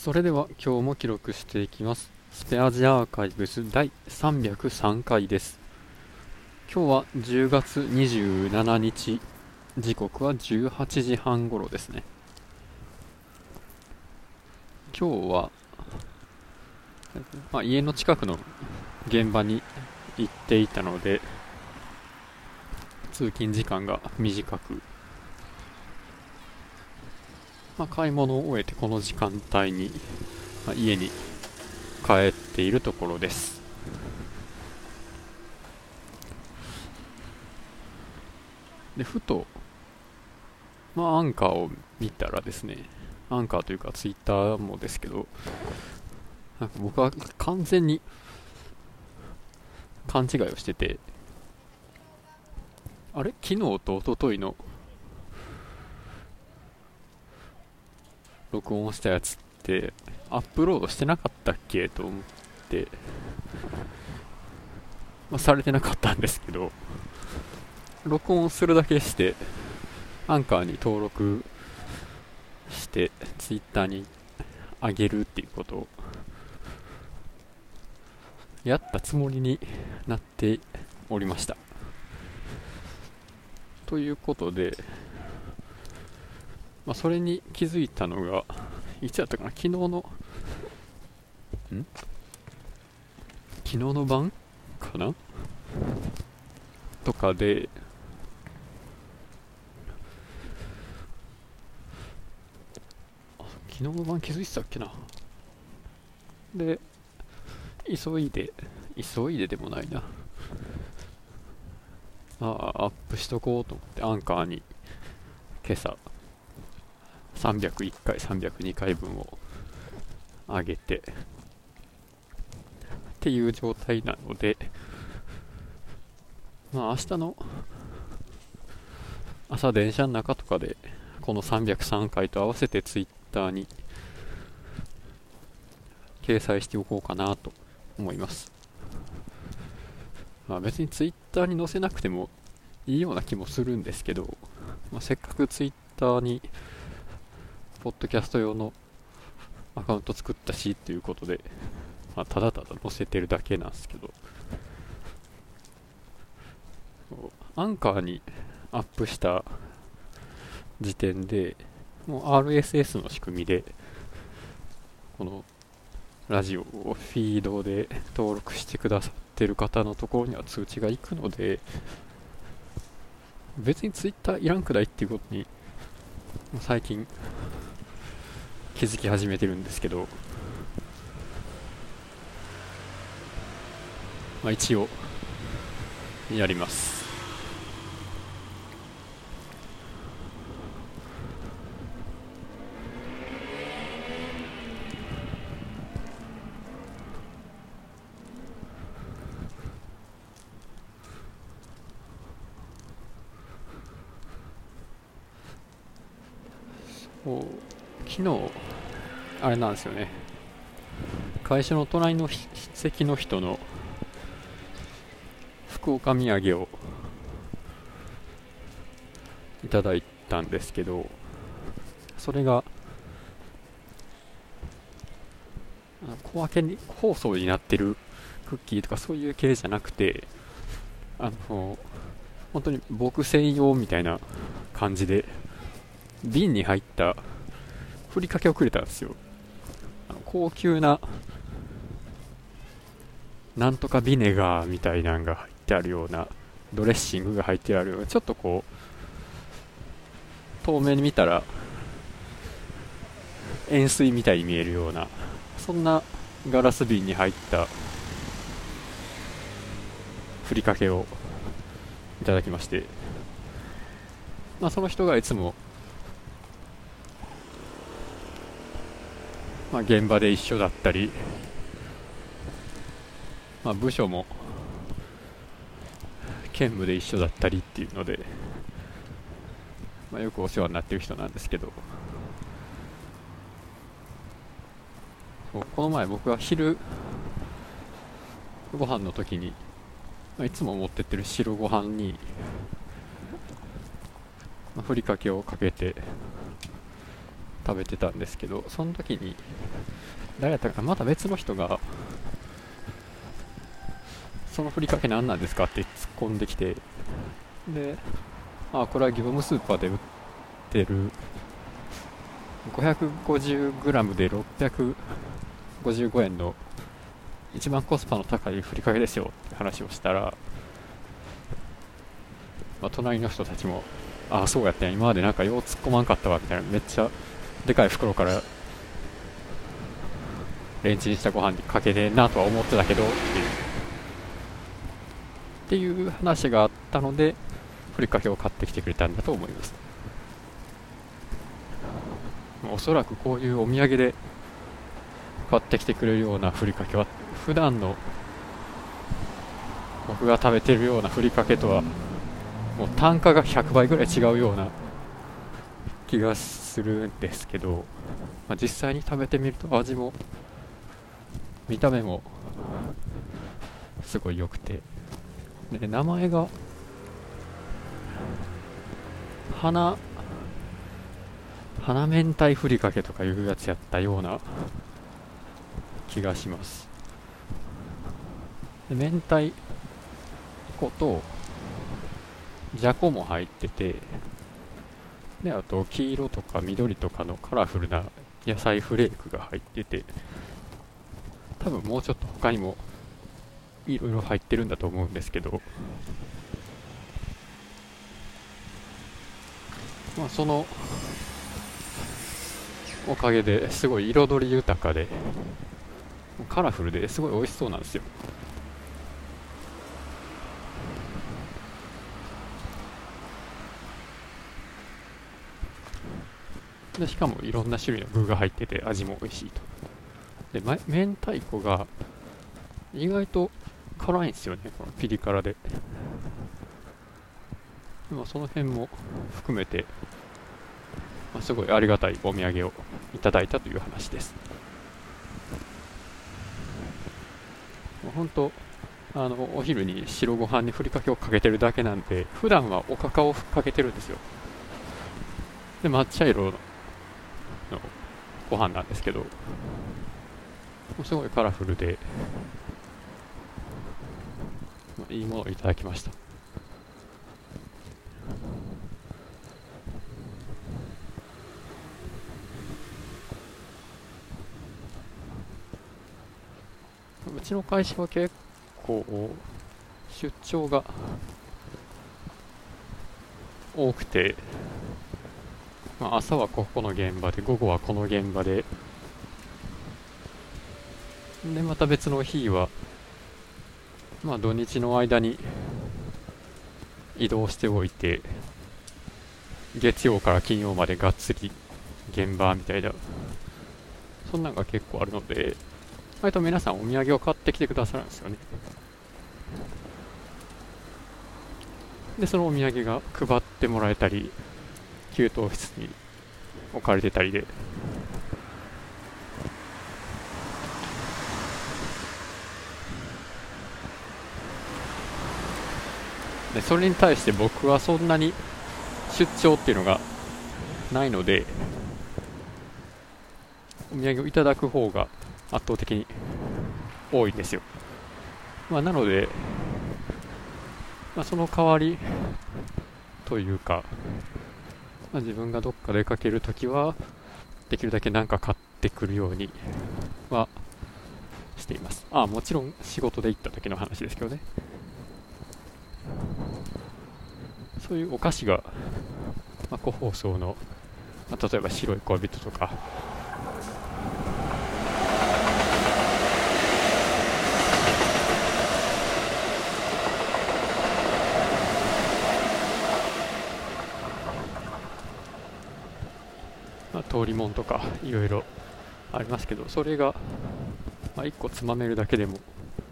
それでは今日も記録していきます。スペアジアーカイブス第303回です。今日は10月27日、時刻は18時半頃ですね。今日は、家の近くの現場に行っていたので、通勤時間が短く、買い物を終えてこの時間帯に、家に帰っているところです。で、ふと、アンカーを見たらですね、アンカーというかツイッターもですけど、僕は完全に勘違いをしてて、あれ昨日と一昨日の録音したやつってアップロードしてなかったっけと思って、されてなかったんですけど、録音するだけしてアンカーに登録してツイッターに上げるっていうことをやったつもりになっておりました。ということで、それに気づいたのがいつやったかな、昨日の晩かなとかで、昨日の晩気づいてたっけな。で、急いででもないな、アップしとこうと思ってアンカーに今朝301回302回分を上げてっていう状態なので、明日の朝電車の中とかでこの303回と合わせてツイッターに掲載しておこうかなと思います。別にツイッターに載せなくてもいいような気もするんですけど、せっかくツイッターにポッドキャスト用のアカウント作ったしっていうことで、ただただ載せてるだけなんですけど、アンカーにアップした時点でもう RSS の仕組みでこのラジオをフィードで登録してくださってる方のところには通知が行くので、別にツイッターいらんくないっていうことに最近気づき始めてるんですけど、一応やります。昨日あれなんですよね、会社の隣の席の人の福岡土産をいただいたんですけど、それが小分けに包装になってるクッキーとかそういう系じゃなくて、本当に僕専用みたいな感じで瓶に入ったふりかけをくれたんですよ。高級ななんとかビネガーみたいなのが入ってあるような、ドレッシングが入ってあるような、ちょっと透明に見たら塩水みたいに見えるような、そんなガラス瓶に入ったふりかけをいただきまして、その人がいつも現場で一緒だったり、部署も兼務で一緒だったりっていうので、よくお世話になってる人なんですけど、この前僕は昼ご飯の時に、いつも持ってってる白ご飯に、ふりかけをかけて食べてたんですけど、その時に誰やったかな、また別の人がそのふりかけ何なんですかって突っ込んできて、で、これは業務スーパーで売ってる 550g で655円の一番コスパの高いふりかけですよって話をしたら、隣の人たちも、そうやったんや、今までなんかよう突っ込まんかったわみたいな、めっちゃでかい袋からレンチンしたご飯にかけてんなとは思ってたけどっていう話があったので、ふりかけを買ってきてくれたんだと思います。おそらくこういうお土産で買ってきてくれるようなふりかけは、普段の僕が食べてるようなふりかけとはもう単価が100倍ぐらい違うような気がするんですけど、実際に食べてみると味も見た目もすごい良くて、で名前が花明太ふりかけとかいうやつやったような気がします。で明太子とじゃこも入ってて、であと黄色とか緑とかのカラフルな野菜フレークが入ってて、多分もうちょっと他にもいろいろ入ってるんだと思うんですけど、そのおかげですごい彩り豊かでカラフルですごい美味しそうなんですよ。でしかもいろんな種類の具が入ってて味も美味しいと。で明太子が意外と辛いんですよね、このピリ辛で。その辺も含めて、すごいありがたいお土産をいただいたという話です。本当お昼に白ご飯にふりかけをかけてるだけなんで、普段はおかかをかけてるんですよ。で抹茶色のご飯なんですけど、すごいカラフルでいいものをいただきました。うちの会社は結構出張が多くて、朝はここの現場で、午後はこの現場で、でまた別の日は土日の間に移動しておいて、月曜から金曜までがっつり現場みたいな、そんなのが結構あるので、割と皆さんお土産を買ってきてくださるんですよね。でそのお土産が配ってもらえたり、給湯室に置かれてたりで、それに対して僕はそんなに出張っていうのがないので、お土産をいただく方が圧倒的に多いんですよ。なので、その代わりというか、自分がどっか出かけるときはできるだけ何か買ってくるようにはしています。もちろん仕事で行った時の話ですけどね。そういうお菓子が、個包装の、例えば白い恋人とか、通りもんとかいろいろありますけど、それが、1個つまめるだけでも、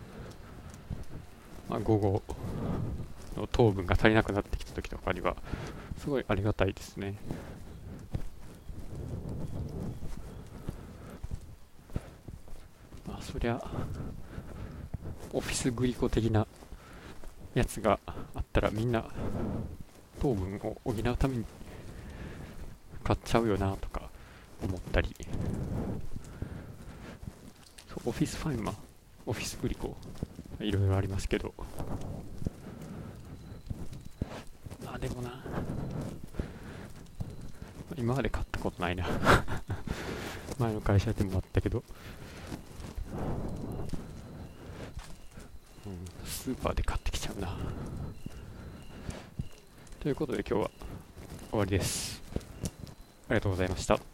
午後の糖分が足りなくなってきた時とかにはすごいありがたいですね。そりゃオフィスグリコ的なやつがあったらみんな糖分を補うために買っちゃうよなとか思ったり、そうオフィスファイマー、オフィスグリコ、いろいろありますけど、まあでもな、今まで買ったことないな前の会社でもあったけど、スーパーで買ってきちゃうな。ということで今日は終わりです。ありがとうございました。